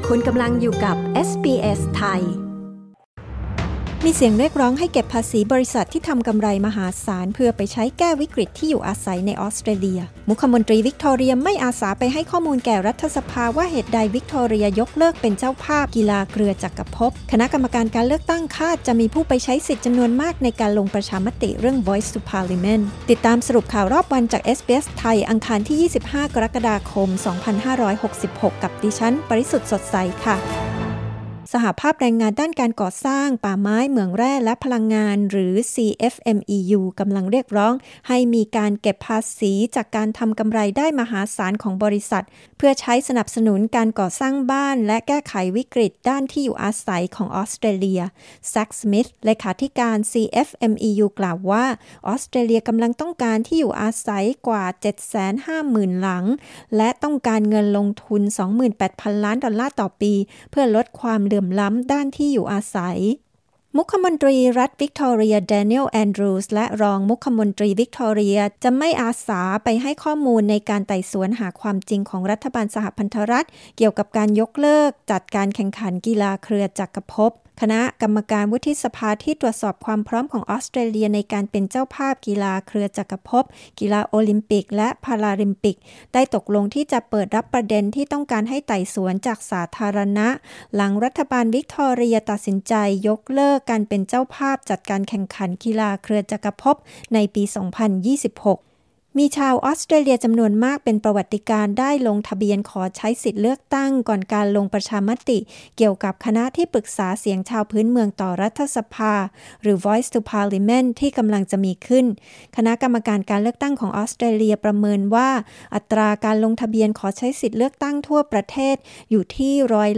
คุณกำลังอยู่กับ SBS ไทยมีเสียงเรียกร้องให้เก็บภาษีบริษัทที่ทำกำไรมหาศาลเพื่อไปใช้แก้วิกฤตที่อยู่อาศัยในออสเตรเลียมุขมนตรีวิกตอเรียไม่อาสาไปให้ข้อมูลแก่รัฐสภาว่าเหตุใดวิกตอเรียยกเลิกเป็นเจ้าภาพกีฬาเครือจักรภพคณะกรรมการการเลือกตั้งคาดจะมีผู้ไปใช้สิทธิจำนวนมากในการลงประชามติเรื่อง Voice to Parliament ติดตามสรุปข่าวรอบวันจาก SBS ไทยอังคารที่ 25 กรกฎาคม 2566 กับดิฉันปริสุทธิ์สดใสค่ะสหภาพแรงงานด้านการก่อสร้างป่าไม้เหมืองแร่และพลังงานหรือ CFMEU กำลังเรียกร้องให้มีการเก็บภาษีจากการทำกำไรได้มหาศาลของบริษัทเพื่อใช้สนับสนุนการก่อสร้างบ้านและแก้ไขวิกฤตด้านที่อยู่อาศัยของออสเตรเลียแซ็กสมิธเลขาธิการ CFMEU กล่าวว่าออสเตรเลียกำลังต้องการที่อยู่อาศัยกว่า 750,000 หลังและต้องการเงินลงทุน 28,000 ล้านดอลลาร์ต่อปีเพื่อลดความเหลื่อมล้ำด้านที่อยู่อาศัยมุขมนตรีรัฐวิกตอเรียแดเนียลแอนดรูส์และรองมุขมนตรีวิกตอเรียจะไม่อาสาไปให้ข้อมูลในการไต่สวนหาความจริงของรัฐบาลสหพันธรัฐเกี่ยวกับการยกเลิกจัดการแข่งขันกีฬาเครือจักรภพคณะกรรมการวุฒิสภาที่ตรวจสอบความพร้อมของออสเตรเลียในการเป็นเจ้าภาพกีฬาเครือจักรภพกีฬาโอลิมปิกและพาราลิมปิกได้ตกลงที่จะเปิดรับประเด็นที่ต้องการให้ไต่สวนจากสาธารณะหลังรัฐบาลวิกตอเรียตัดสินใจยกเลิกการเป็นเจ้าภาพจัดการแข่งขันกีฬาเครือจักรภพในปี 2026มีชาวออสเตรเลียจำนวนมากเป็นประวัติการณ์ได้ลงทะเบียนขอใช้สิทธิเลือกตั้งก่อนการลงประชามติเกี่ยวกับคณะที่ปรึกษาเสียงชาวพื้นเมืองต่อรัฐสภาหรือ Voice to Parliament ที่กำลังจะมีขึ้นคณะกรรมการการเลือกตั้งของออสเตรเลียประเมินว่าอัตราการลงทะเบียนขอใช้สิทธิเลือกตั้งทั่วประเทศอยู่ที่ร้อยละ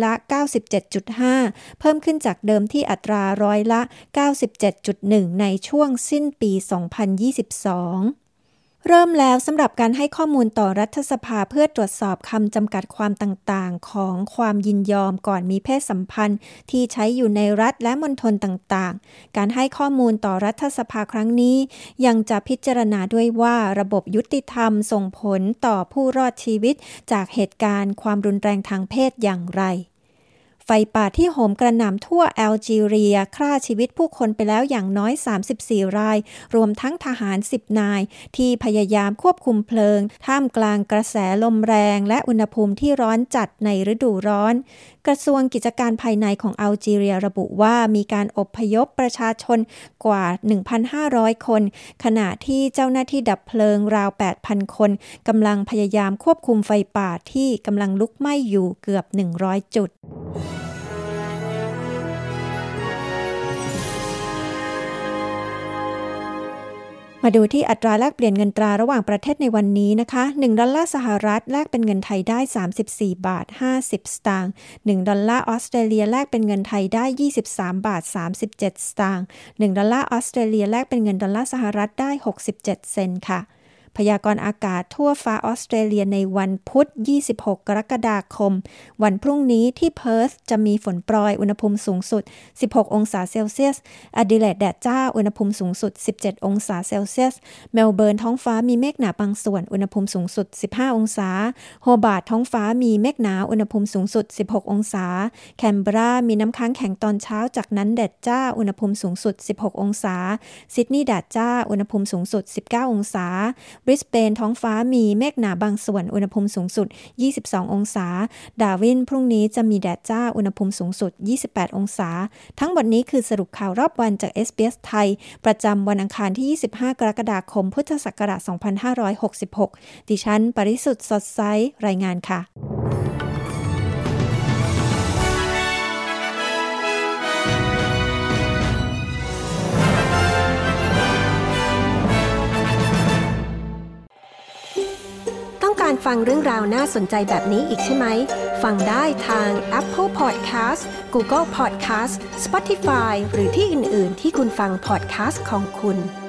97.5 เพิ่มขึ้นจากเดิมที่อัตราร้อยละ 97.1 ในช่วงสิ้นปี 2022เริ่มแล้วสำหรับการให้ข้อมูลต่อรัฐสภาเพื่อตรวจสอบคำจำกัดความต่างๆของความยินยอมก่อนมีเพศสัมพันธ์ที่ใช้อยู่ในรัฐและมณฑลต่างๆการให้ข้อมูลต่อรัฐสภาครั้งนี้ยังจะพิจารณาด้วยว่าระบบยุติธรรมส่งผลต่อผู้รอดชีวิตจากเหตุการณ์ความรุนแรงทางเพศอย่างไรไฟป่าที่โหมกระหน่ำทั่วแอลจีเรียฆ่าชีวิตผู้คนไปแล้วอย่างน้อย34รายรวมทั้งทหาร10นายที่พยายามควบคุมเพลิงท่ามกลางกระแสลมแรงและอุณหภูมิที่ร้อนจัดในฤดูร้อนกระทรวงกิจการภายในของแอลจีเรียระบุว่ามีการอพยพประชาชนกว่า 1,500 คนขณะที่เจ้าหน้าที่ดับเพลิงราว 8,000 คนกำลังพยายามควบคุมไฟป่าที่กำลังลุกไหม้อยู่เกือบ100จุดมาดูที่อัตราแลกเปลี่ยนเงินตราระหว่างประเทศในวันนี้นะคะ1ดอลลาร์สหรัฐแลกเป็นเงินไทยได้34บาท50สตางค์1ดอลลาร์ออสเตรเลียแลกเป็นเงินไทยได้23บาท37สตางค์1ดอลลาร์ออสเตรเลียแลกเป็นเงินดอลลาร์สหรัฐได้67เซนต์ค่ะพยากรณ์อากาศทั่วฟ้าออสเตรเลียในวันพุธ26กรกฎาคมวันพรุ่งนี้ที่เพิร์ธจะมีฝนโปรยอุณหภูมิสูงสุด16องศาเซลเซียสแอดิเลดแดดจ้าอุณหภูมิสูงสุด17องศาเซลเซียสเมลเบิร์นท้องฟ้ามีเมฆหนาบางส่วนอุณหภูมิสูงสุด15องศาโฮบาร์ตท้องฟ้ามีเมฆหนาอุณหภูมิสูงสุด16องศาแคนเบรามีน้ำค้างแข็งตอนเช้าจากนั้นแดดจ้าอุณหภูมิสูงสุด16องศาซิดนีย์แดดจ้าอุณหภูมิสูงสุด19องศาบริสเบนท้องฟ้ามีเมฆหนาบางส่วนอุณหภูมิสูงสุด22องศาดาร์วินพรุ่งนี้จะมีแดดจ้าอุณหภูมิสูงสุด28องศาทั้งหมดนี้คือสรุปข่าวรอบวันจาก SBS ไทยประจำวันอังคารที่25กรกฎาคมพุทธศักราช2566ดิฉันปริสุทธิ์สดใสรายงานค่ะการฟังเรื่องราวน่าสนใจแบบนี้อีกใช่ไหมฟังได้ทาง Apple Podcast Google Podcast Spotify หรือที่อื่นๆที่คุณฟัง podcast ของคุณ